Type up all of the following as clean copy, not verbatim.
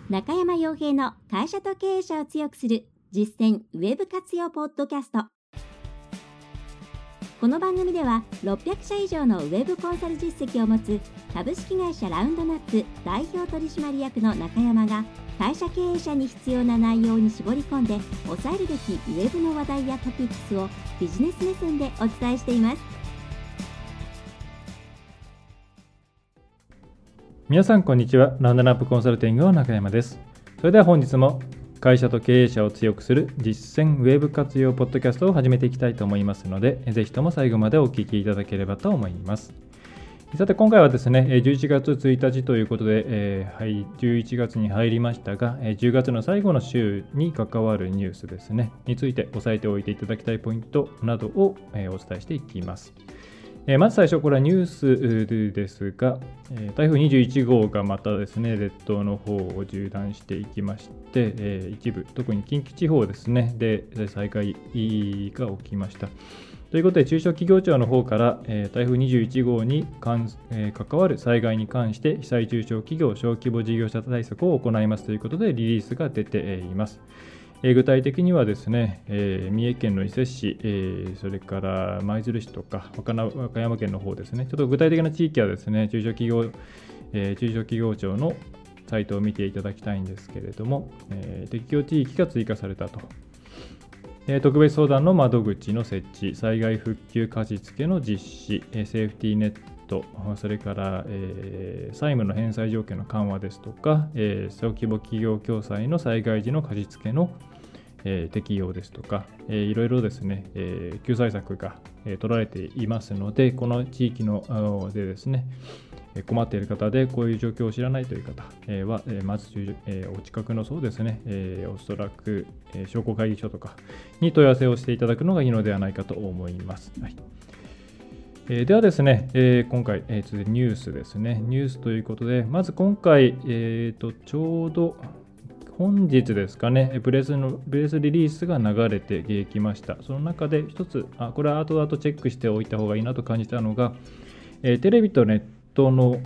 中山洋平の会社と経営者を強くする実践ウェブ活用ポッドキャスト。この番組では600社以上のウェブコンサル実績を持つ株式会社ラウンドナッツ代表取締役の中山が会社経営者に必要な内容に絞り込んで抑えるべきウェブの話題やトピックスをビジネス目線でお伝えしています。 皆さんこんにちは。ラウンドナップコンサルティングの中山です。それでは本日も会社と経営者を強くする実践ウェブ活用ポッドキャストを始めていきたいと思いますので、ぜひとも最後までお聞きいただければと思います。さて今回はですね、11月1日ということで、11月に入りましたが、10月の最後の週に関わるニュースですね、について押さえておいていただきたいポイントなどをお伝えしていきます。まず最初、これはニュースですが、台風21号がまたですね、列島の方を縦断していきまして、一部、特に近畿地方ですね、で災害が起きました。ということで、中小企業庁の方から、台風21号に関わる災害に関して、被災中小企業、小規模事業者対策を行いますということで、リリースが出ています。具体的にはですね、三重県の伊勢市、それから舞鶴市とか和歌山県の方ですね、ちょっと具体的な地域はですね、中小企業庁のサイトを見ていただきたいんですけれども、適用地域が追加されたと。特別相談の窓口の設置、災害復旧貸付の実施、セーフティーネット、それから、債務の返済条件の緩和ですとか、小規模企業共済の災害時の貸付の適用ですとか、いろいろですね、救済策が取られていますので、この地域のでですね、困っている方でこういう状況を知らないという方は、まずお近くのそうですね、おそらく商工会議所とかに問い合わせをしていただくのがいいのではないかと思います。はい。ではですね、今回、続いてニュースですね。ニュースということで、まず今回、ちょうど本日ですかね、プレスリリースが流れてきました。その中で一つ、これは後々チェックしておいた方がいいなと感じたのが、テレビとネットの、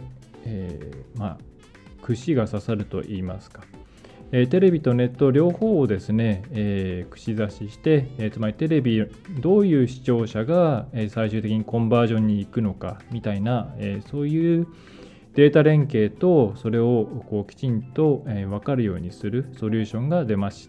串が刺さるといいますか。テレビとネット両方をですね、串刺しして、つまりテレビどういう視聴者が最終的にコンバージョンに行くのかみたいな、そういうデータ連携とそれをきちんと分かるようにするソリューションが出ました。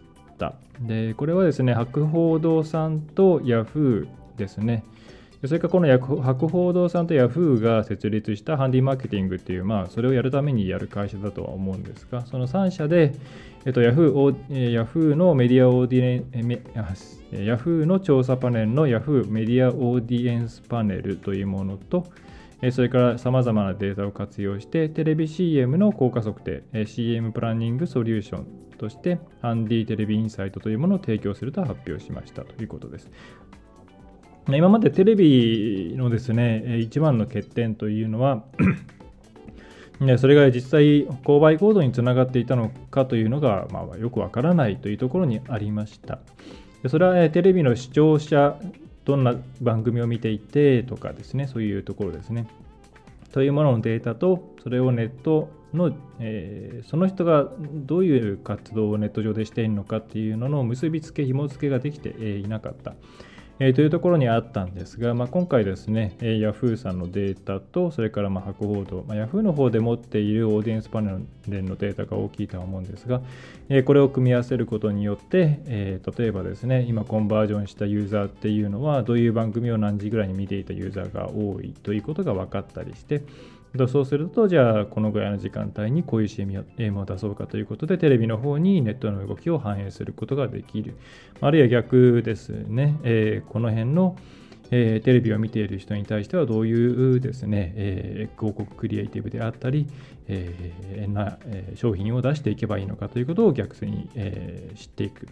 で、これはですね、博報堂さんとヤフーですね。それからこの博報堂さんとヤフーが設立したハンディマーケティングっていう、それをやるためにやる会社だとは思うんですが、その3社で、ヤフーのメディアオーディエンヤフーの調査パネルのヤフーメディアオーディエンスパネルというものと、それから様々なデータを活用してテレビ CM の効果測定、CM プランニングソリューションとしてハンディテレビインサイトというものを提供すると発表しましたということです。今までテレビのですね、一番の欠点というのはそれが実際購買行動につながっていたのかというのが、よくわからないというところにありました。それは、テレビの視聴者、どんな番組を見ていてとかですね、そういうところですね。というもののデータと、それをネットの、その人がどういう活動をネット上でしているのかっていうのの結びつけ、紐付けができていなかった。というところにあったんですが、今回ですね、ヤフーさんのデータと、それから博報堂、ヤフーの方で持っているオーディエンスパネルのデータが大きいとは思うんですが、これを組み合わせることによって、例えばですね、今コンバージョンしたユーザーっていうのは、どういう番組を何時ぐらいに見ていたユーザーが多いということが分かったりして、そうすると、じゃあこのぐらいの時間帯にこういう CM を出そうかということで、テレビの方にネットの動きを反映することができる。あるいは逆ですね、この辺の、テレビを見ている人に対してはどういうですね、広告クリエイティブであったり、商品を出していけばいいのかということを逆に、知っていく。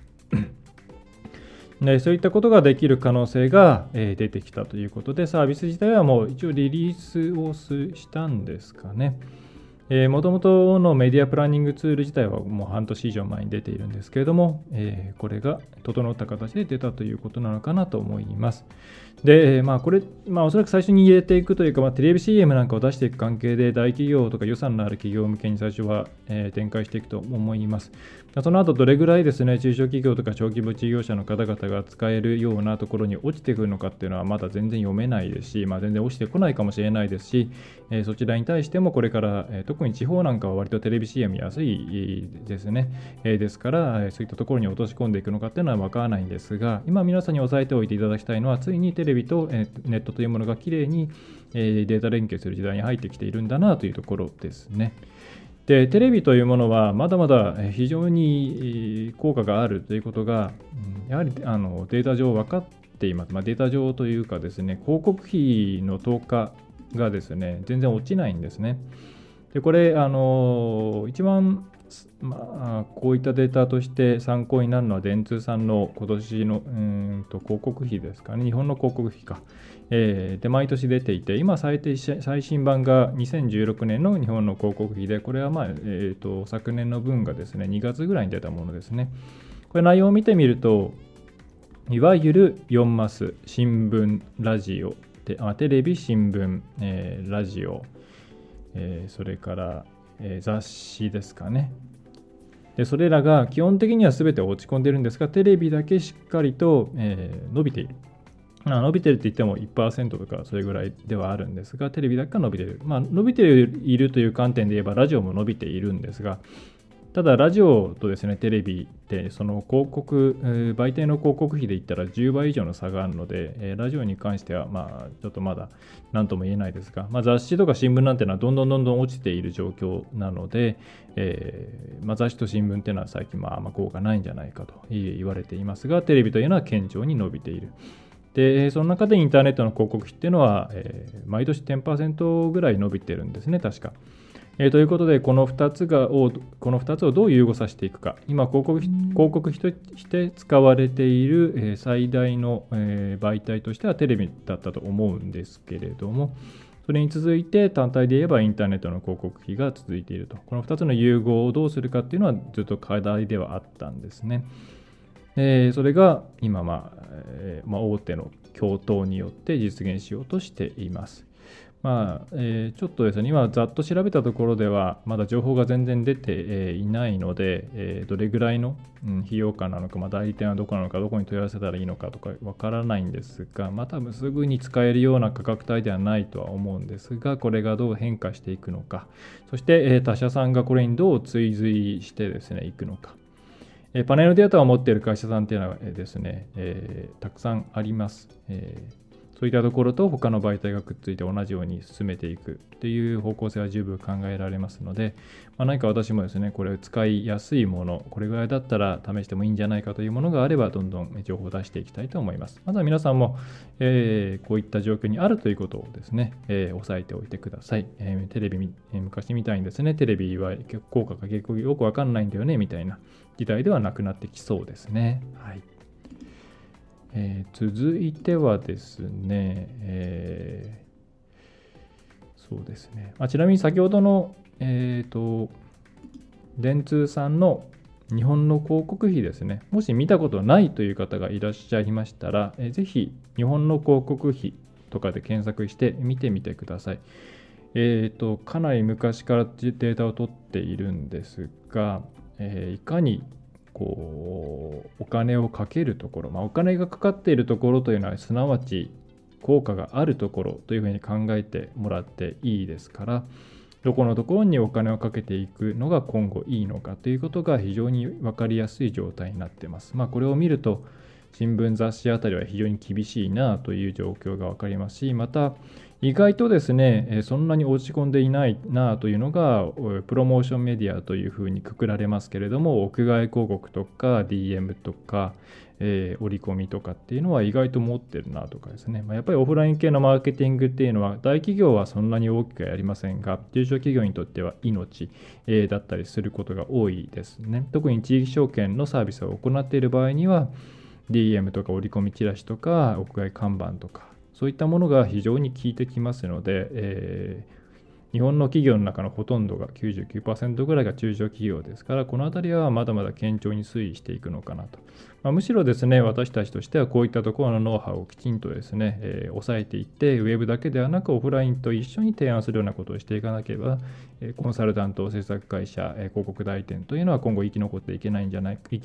そういったことができる可能性が出てきたということで、サービス自体はもう一応リリースをしたんですかね。 もともとのメディアプランニングツール自体はもう半年以上前に出ているんですけれども、これが整った形で出たということなのかなと思います。で、これ、おそらく最初に入れていくというか、テレビ CM なんかを出していく関係で、大企業とか予算のある企業向けに最初は、展開していくと思います。その後、どれぐらいですね、中小企業とか小規模事業者の方々が使えるようなところに落ちてくるのかっていうのは、まだ全然読めないですし、全然落ちてこないかもしれないですし、そちらに対してもこれから、特に地方なんかは割とテレビ CM 安いですね。ですから、そういったところに落とし込んでいくのかっていうのは分からないんですが、今皆さんに押さえておいていただきたいのは、ついにテレビとネットというものがきれいにデータ連携する時代に入ってきているんだなというところですね。で、テレビというものはまだまだ非常に効果があるということが、やはりデータ上分かっています。データ上というかですね、広告費の投下がですね、全然落ちないんですね。で、これ、一番こういったデータとして参考になるのは電通さんの今年の広告費ですかね、日本の広告費か、で毎年出ていて、今最新版が2016年の日本の広告費で、これは昨年の分がですね、2月ぐらいに出たものですね。これ内容を見てみると、いわゆる4マス、新聞、ラジオ、テレビ、新聞、ラジオ、それから、雑誌ですかね。でそれらが基本的には全て落ち込んでいるんですが、テレビだけしっかりと、伸びている。伸びているって言っても 1% とかそれぐらいではあるんですが、テレビだけが伸びている。伸びているという観点で言えば、ラジオも伸びているんですが、ただラジオとですね、テレビってその広告、媒体の広告費で言ったら10倍以上の差があるので、ラジオに関してはちょっとまだ何とも言えないですが、雑誌とか新聞なんていうのはどんどん落ちている状況なので、雑誌と新聞っていうのは最近効果ないんじゃないかと言われていますが、テレビというのは堅調に伸びている。で、その中でインターネットの広告費っていうのは、毎年 10% ぐらい伸びてるんですね、確か。ということで、この2つをどう融合させていくか。今、広告費として使われている最大の媒体としてはテレビだったと思うんですけれども、それに続いて単体で言えばインターネットの広告費が続いていると。この2つの融合をどうするかっていうのはずっと課題ではあったんですね。それが今、大手の共闘によって実現しようとしています。ちょっとですね、今ざっと調べたところではまだ情報が全然出ていないので、どれぐらいの費用感なのか、代理店はどこなのか、どこに問い合わせたらいいのかとかわからないんですが、多分すぐに使えるような価格帯ではないとは思うんですが、これがどう変化していくのか、そして他社さんがこれにどう追随してですね、いくのか。パネルデータを持っている会社さんというのはですね、たくさんあります。そういったところと他の媒体がくっついて同じように進めていくという方向性は十分考えられますので、何か私もですね、これ使いやすいもの、これぐらいだったら試してもいいんじゃないかというものがあれば、どんどん情報を出していきたいと思います。まずは皆さんも、こういった状況にあるということをですね、押さえておいてください。テレビ、昔みたいにですね、テレビは効果が結構よくわかんないんだよねみたいな時代ではなくなってきそうですね。はい。続いてはですね、そうですね。ちなみに先ほどの、電通さんの日本の広告費ですね、もし見たことないという方がいらっしゃいましたら、ぜひ日本の広告費とかで検索して見てみてください。かなり昔からデータを取っているんですが、いかにお金をかけるところ、お金がかかっているところというのはすなわち効果があるところというふうに考えてもらっていいですから、どこのところにお金をかけていくのが今後いいのかということが非常に分かりやすい状態になっています。これを見ると新聞雑誌あたりは非常に厳しいなという状況が分かりますし、また意外とですね、そんなに落ち込んでいないなというのがプロモーションメディアというふうにくくられますけれども、屋外広告とか DM とか、折り込みとかっていうのは意外と持ってるなとかですね、やっぱりオフライン系のマーケティングっていうのは大企業はそんなに大きくやりませんが、中小企業にとっては命、だったりすることが多いですね。特に地域証券のサービスを行っている場合には DM とか折り込みチラシとか屋外看板とかそういったものが非常に効いてきますので、 日本の企業の中のほとんどが 99% ぐらいが中小企業ですから、このあたりはまだまだ堅調に推移していくのかなと。むしろですね、私たちとしてはこういったところのノウハウをきちんとですね、抑えていって、ウェブだけではなくオフラインと一緒に提案するようなことをしていかなければ、コンサルタント、制作会社、広告代理店というのは今後生き残っていけないので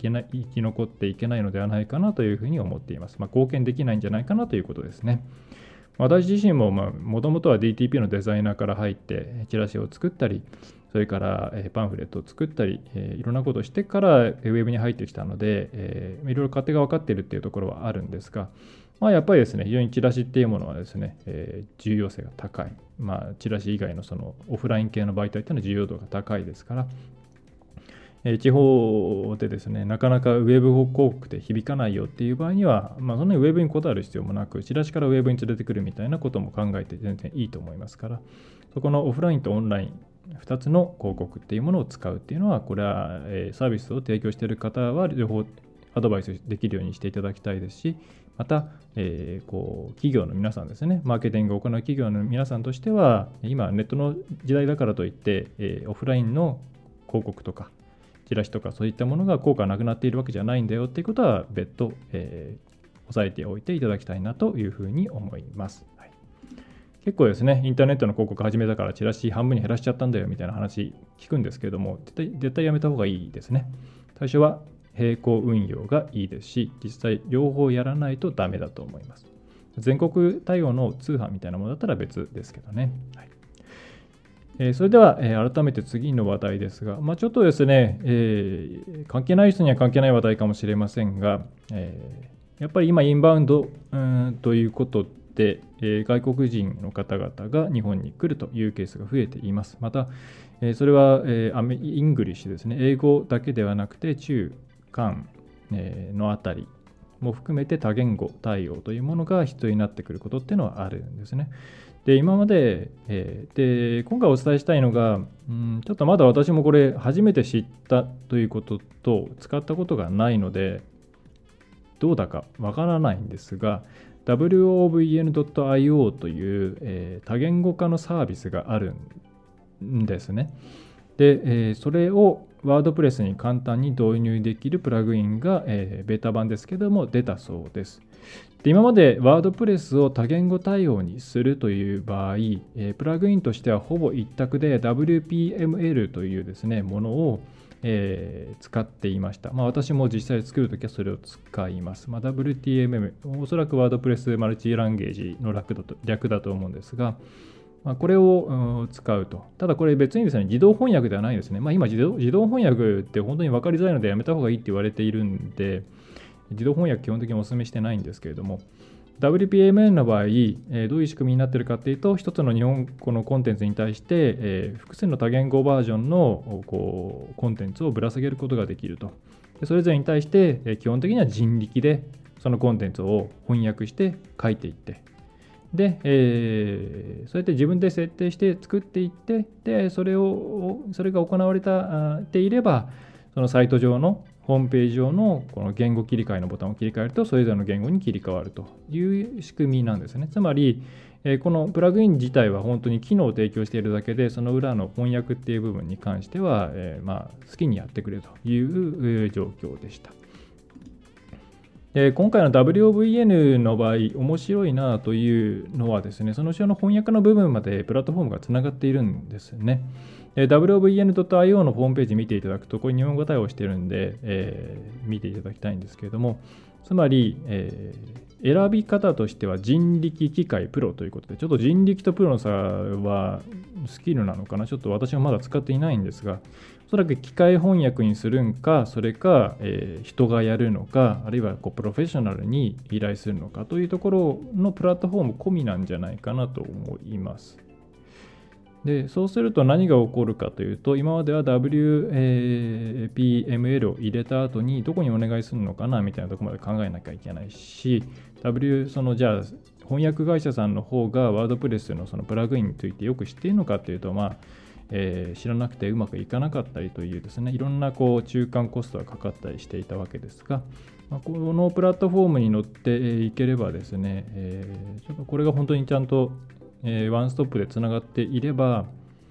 はないかなというふうに思っています。貢献できないんじゃないかなということですね。私自身ももともとは DTP のデザイナーから入ってチラシを作ったり、それからパンフレットを作ったり、いろんなことをしてからウェブに入ってきたので、いろいろ勝手が分かっているっていうところはあるんですが、やっぱりですね、非常にチラシっていうものはですね、重要性が高い。チラシ以外のそのオフライン系の媒体っていうのは重要度が高いですから、地方でですね、なかなかウェブ広告で響かないよっていう場合には、そんなにウェブにこだわる必要もなく、チラシからウェブに連れてくるみたいなことも考えて全然いいと思いますから、そこのオフラインとオンライン、2つの広告っていうものを使うっていうのは、これはサービスを提供している方は両方アドバイスできるようにしていただきたいですし、また、企業の皆さんですね、マーケティングを行う企業の皆さんとしては、今ネットの時代だからといって、オフラインの広告とか、チラシとかそういったものが効果なくなっているわけじゃないんだよっていうことは別途、押さえておいていただきたいなというふうに思います。結構ですね、インターネットの広告始めたからチラシ半分に減らしちゃったんだよみたいな話聞くんですけれども、絶対やめた方がいいですね。最初は並行運用がいいですし、実際両方やらないとダメだと思います。全国対応の通販みたいなものだったら別ですけどね。それでは、改めて次の話題ですが、ちょっとですね、関係ない人には関係ない話題かもしれませんが、やっぱり今インバウンドということで、外国人の方々が日本に来るというケースが増えています。また、それは、イングリッシュですね、英語だけではなくて中韓のあたりも含めて多言語対応というものが必要になってくることっていうのはあるんですね。で、今まで、今回お伝えしたいのが、ちょっとまだ私もこれ初めて知ったということと使ったことがないので、どうだかわからないんですが、wovn.io という、多言語化のサービスがあるんですね。で、それをワードプレスに簡単に導入できるプラグインが、ベータ版ですけども出たそうです。で、今までワードプレスを多言語対応にするという場合、プラグインとしてはほぼ一択で WPML というですね、ものを、使っていました。私も実際作るときはそれを使います。WTMM、おそらくワードプレスマルチランゲージの略だと思うんですが、これを使うと。ただこれ別にですね、自動翻訳ではないですね。今自動翻訳って本当に分かりづらいのでやめた方がいいって言われているんで、自動翻訳基本的にお勧めしてないんですけれども、WPMN の場合、どういう仕組みになっているかというと、一つの日本語のコンテンツに対して、複数の多言語バージョンのコンテンツをぶら下げることができると。でそれぞれに対して、基本的には人力でそのコンテンツを翻訳して書いていって、で、そうやって自分で設定して作っていって、で、それが行われていれば、そのサイト上のホームページ上のこの言語切り替えのボタンを切り替えると、それぞれの言語に切り替わるという仕組みなんですね。つまり、このプラグイン自体は本当に機能を提供しているだけで、その裏の翻訳っていう部分に関しては、好きにやってくれという状況でした。今回の WOVN の場合、面白いなというのはですね、その後ろの翻訳の部分までプラットフォームがつながっているんですね。wovn.io のホームページ見ていただくと、これ日本語対応しているんで、見ていただきたいんですけれども、つまり、選び方としては人力、機械、プロということで、ちょっと人力とプロの差はスキルなのかな、ちょっと私はまだ使っていないんですが、おそらく機械翻訳にするんか、それか、人がやるのか、あるいはプロフェッショナルに依頼するのかというところのプラットフォーム込みなんじゃないかなと思います。で、そうすると何が起こるかというと、今までは WPML を入れた後にどこにお願いするのかなみたいなところまで考えなきゃいけないし、じゃあ翻訳会社さんの方がワードプレスのそのプラグインについてよく知っているのかというと、知らなくてうまくいかなかったりというですね、いろんな中間コストがかかったりしていたわけですが、このプラットフォームに乗っていければですね、ちょっとこれが本当にちゃんとワンストップでつながっていれば、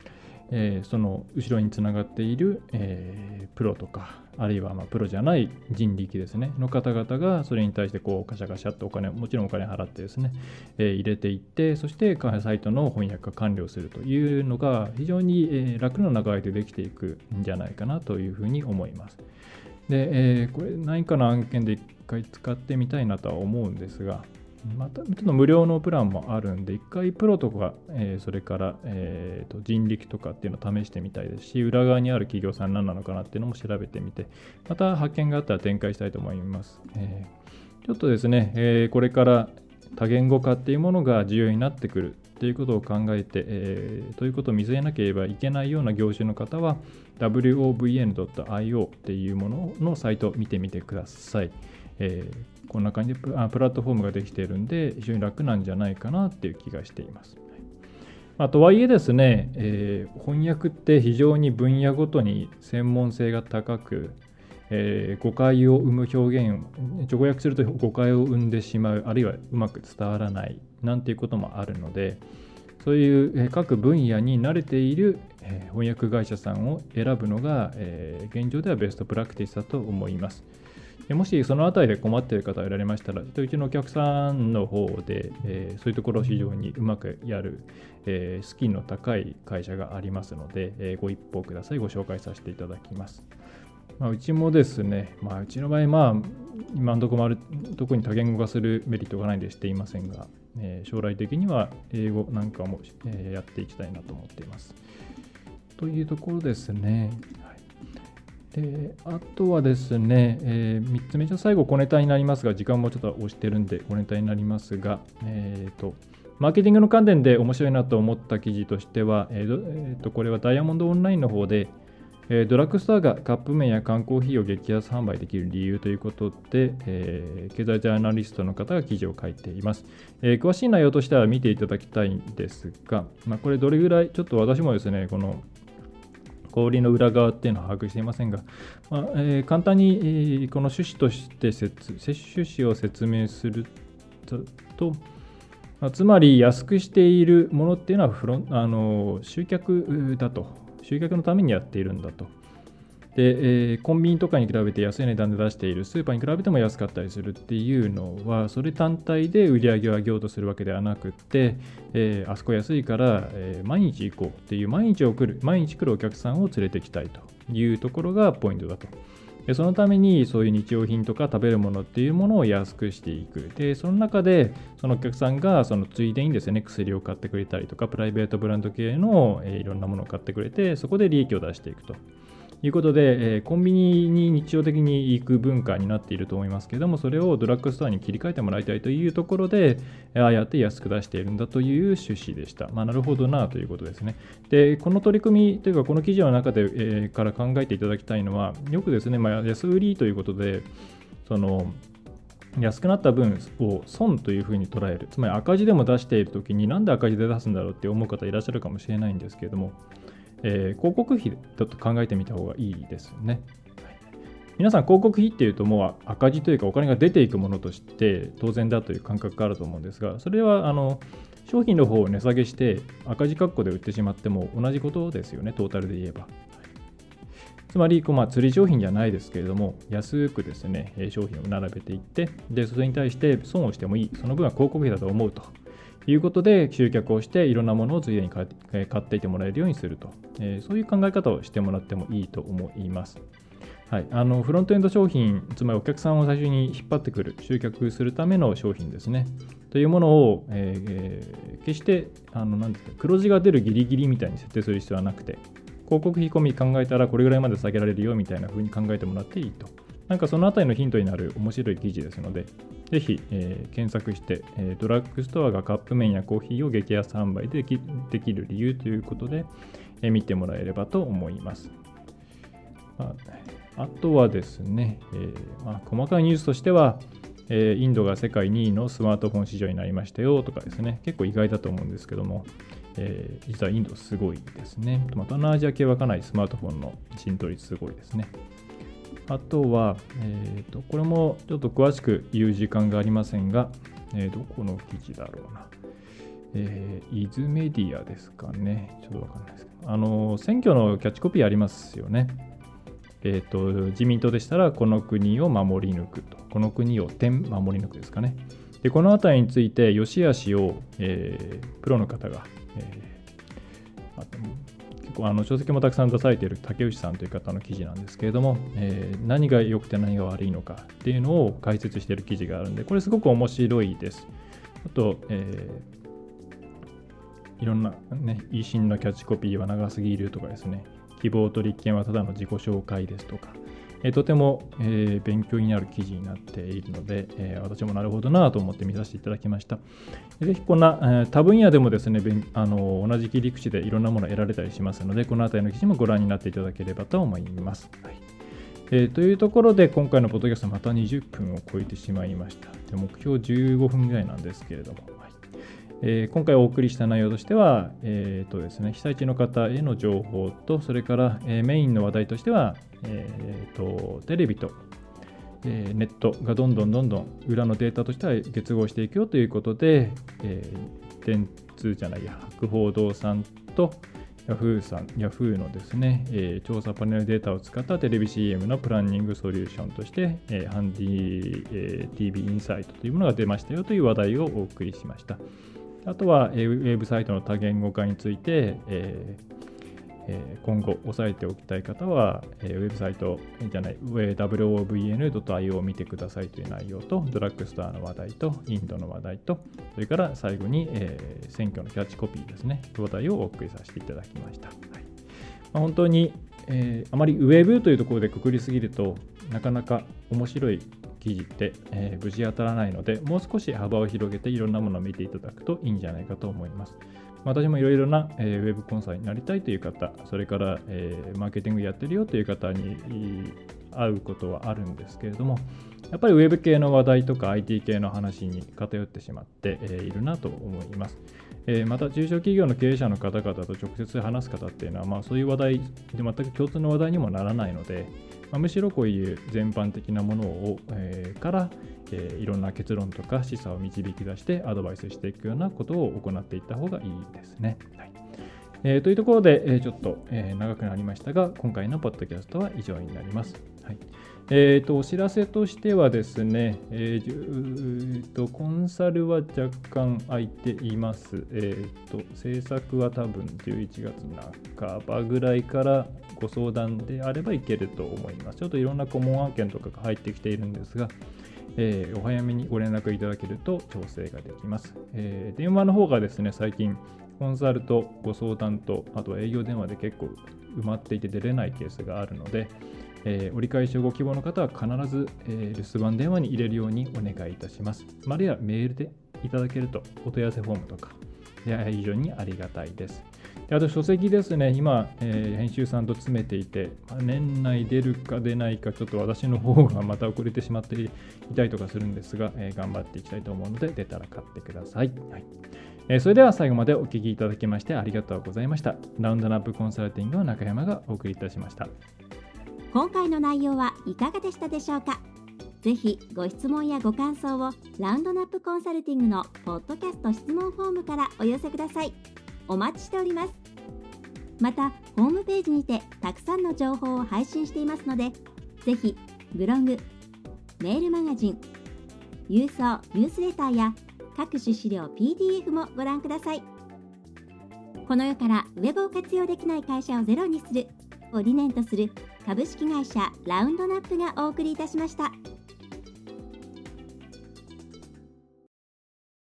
その後ろにつながっている、プロとか、あるいはプロじゃない人力ですねの方々がそれに対してこうカシャカシャっともちろんお金払ってですね、入れていって、そしてサイトの翻訳が完了するというのが非常に、楽な流れでできていくんじゃないかなというふうに思います。で、これ何かの案件で一回使ってみたいなとは思うんですが、またちょっと無料のプランもあるんで、一回プロとか、それから、人力とかっていうのを試してみたいですし、裏側にある企業さん何なのかなっていうのも調べてみて、また発見があったら展開したいと思います。ちょっとですね、これから多言語化っていうものが重要になってくるということを考えて、ということを見据えなければいけないような業種の方は wovn.io っていうもののサイトを見てみてください。こんな感じでプラットフォームができているんで非常に楽なんじゃないかなっていう気がしています。とはいえですね、翻訳って非常に分野ごとに専門性が高く、誤解を生む表現を直訳すると誤解を生んでしまう、あるいはうまく伝わらないなんていうこともあるので、そういう各分野に慣れている翻訳会社さんを選ぶのが現状ではベストプラクティスだと思います。もしそのあたりで困っている方がいられましたら、うちのお客さんの方で、そういうところを非常にうまくやる、スキルの高い会社がありますので、ご一報ください。ご紹介させていただきます。うちもですね、うちの場合、今のところ特に多言語化するメリットがないんでしていませんが、将来的には英語なんかも、やっていきたいなと思っています。というところですね。であとはですね、3つ目、最後小ネタになりますが、時間もちょっと押してるんで小ネタになりますが、マーケティングの観点で面白いなと思った記事としては、これはダイヤモンドオンラインの方で、ドラッグストアがカップ麺や缶コーヒーを激安販売できる理由ということで、経済ジャーナリストの方が記事を書いています。詳しい内容としては見ていただきたいんですが、これどれぐらい、ちょっと私もですね、この小売りの裏側っていうのは把握していませんが、簡単に、この趣旨として趣旨を説明すると、つまり安くしているものっていうのは集客だと、集客のためにやっているんだと。で、コンビニとかに比べて安い値段で出しているスーパーに比べても安かったりするっていうのは、それ単体で売り上げを上げようとするわけではなくて、あそこ安いから、毎日行こうっていう毎日来るお客さんを連れてきたいというところがポイントだと。でそのためにそういう日用品とか食べるものっていうものを安くしていく。でその中でそのお客さんがそのついでにですね、薬を買ってくれたりとかプライベートブランド系の、いろんなものを買ってくれて、そこで利益を出していくということで、コンビニに日常的に行く文化になっていると思いますけれども、それをドラッグストアに切り替えてもらいたいというところで、ああやって安く出しているんだという趣旨でした。なるほどなということですね。で、この取り組みというか、この記事の中で、から考えていただきたいのは、よくですね、安売りということで、安くなった分を損というふうに捉える。つまり赤字でも出しているときに、なんで赤字で出すんだろうって思う方いらっしゃるかもしれないんですけれども、広告費だと考えてみた方がいいですね。皆さん広告費っていうともう赤字というかお金が出ていくものとして当然だという感覚があると思うんですが、それは商品の方を値下げして赤字括弧で売ってしまっても同じことですよね、トータルで言えば。つまり釣り商品じゃないですけれども、安くですね商品を並べていって、でそれに対して損をしてもいい、その分は広告費だと思うということで集客をしていろんなものをついでに買っていてもらえるようにすると、そういう考え方をしてもらってもいいと思います。はい、フロントエンド商品、つまりお客さんを最初に引っ張ってくる、集客するための商品ですね、というものを、決して何ですか、黒字が出るギリギリみたいに設定する必要はなくて、広告費込み考えたらこれぐらいまで下げられるよみたいな風に考えてもらっていいと。なんかそのあたりのヒントになる面白い記事ですので、ぜひ、検索して、ドラッグストアがカップ麺やコーヒーを激安販売できる理由ということで、見てもらえればと思います。あとはですね、細かいニュースとしては、インドが世界2位のスマートフォン市場になりましたよとかですね、結構意外だと思うんですけども、実はインドすごいですね。東南アジア系はかなりスマートフォンの浸透率すごいですね。あとは、これもちょっと詳しく言う時間がありませんが、どこの記事だろうな。 イズメディアですかね。ちょっとわかんないですけど、選挙のキャッチコピーありますよね。自民党でしたら、この国を守り抜くと。この国を守り抜くですかね。で、このあたりについて、良し悪しを、プロの方が、結構書籍もたくさん出されている竹内さんという方の記事なんですけれども、何が良くて何が悪いのかっていうのを解説している記事があるんで、これすごく面白いです。あと、いろんな、維新のキャッチコピーは長すぎるとかですね、希望と立憲はただの自己紹介ですとか、とても、勉強になる記事になっているので、私もなるほどなと思って見させていただきました。ぜひこんな、他分野でもですね、同じ切り口でいろんなものを得られたりしますので、このあたりの記事もご覧になっていただければと思います。はい。というところで、今回のポッドキャストまた20分を超えてしまいました。で、目標15分ぐらいなんですけれども、今回お送りした内容としては、ですね、被災地の方への情報と、それから、メインの話題としては、テレビと、ネットがどんどん裏のデータとしては結合していくよということで、博報堂さんとヤフーのですね、調査パネルデータを使ったテレビ CM のプランニングソリューションとして、ハンディ、TV インサイトというものが出ましたよという話題をお送りしました。あとは、ウェブサイトの多言語化について、今後押さえておきたい方は、ウェブサイトwovn.io を見てくださいという内容と、ドラッグストアの話題と、インドの話題と、それから最後に、選挙のキャッチコピーですね、話題をお送りさせていただきました。本当に、あまりウェブというところでくくりすぎるとなかなか面白い記事って、無事当たらないので、もう少し幅を広げていろんなものを見ていただくといいんじゃないかと思います。私もいろいろな、ウェブコンサルになりたいという方、それから、マーケティングやってるよという方に会うことはあるんですけれども、やっぱりウェブ系の話題とか IT 系の話に偏ってしまっているなと思います。また中小企業の経営者の方々と直接話す方っていうのは、そういう話題で全く共通の話題にもならないので、むしろこういう全般的なものを、からいろんな結論とか示唆を導き出してアドバイスしていくようなことを行っていった方がいいですね。というところで、ちょっと、長くなりましたが、今回のポッドキャストは以上になります。お知らせとしてはですね、コンサルは若干空いています。制作は多分11月半ばぐらいからご相談であればいけると思います。ちょっといろんな顧問案件とかが入ってきているんですが、お早めにご連絡いただけると調整ができます。電話の方がですね、最近コンサルとご相談と、あとは営業電話で結構埋まっていて出れないケースがあるので、折り返しをご希望の方は必ず、留守番電話に入れるようにお願いいたします。あるいはメールでいただけるとお問い合わせフォームとか非常にありがたいです。あと書籍ですね、今、編集さんと詰めていて、年内出るか出ないかちょっと私の方がまた遅れてしまっていたりとかするんですが、頑張っていきたいと思うので出たら買ってください。それでは最後までお聞きいただきましてありがとうございました。ラウンドナップコンサルティングの中山がお送りいたしました。 今回の内容はいかがでしたでしょうか。ぜひご質問やご感想をラウンドナップコンサルティングのポッドキャスト質問フォームからお寄せください。お待ちしております。またホームページにてたくさんの情報を配信していますので、ぜひブログ、メールマガジン、郵送ニュースレターや各種資料 PDF もご覧ください。この世からウェブを活用できない会社をゼロにするを理念とする株式会社ラウンドナップがお送りいたしました。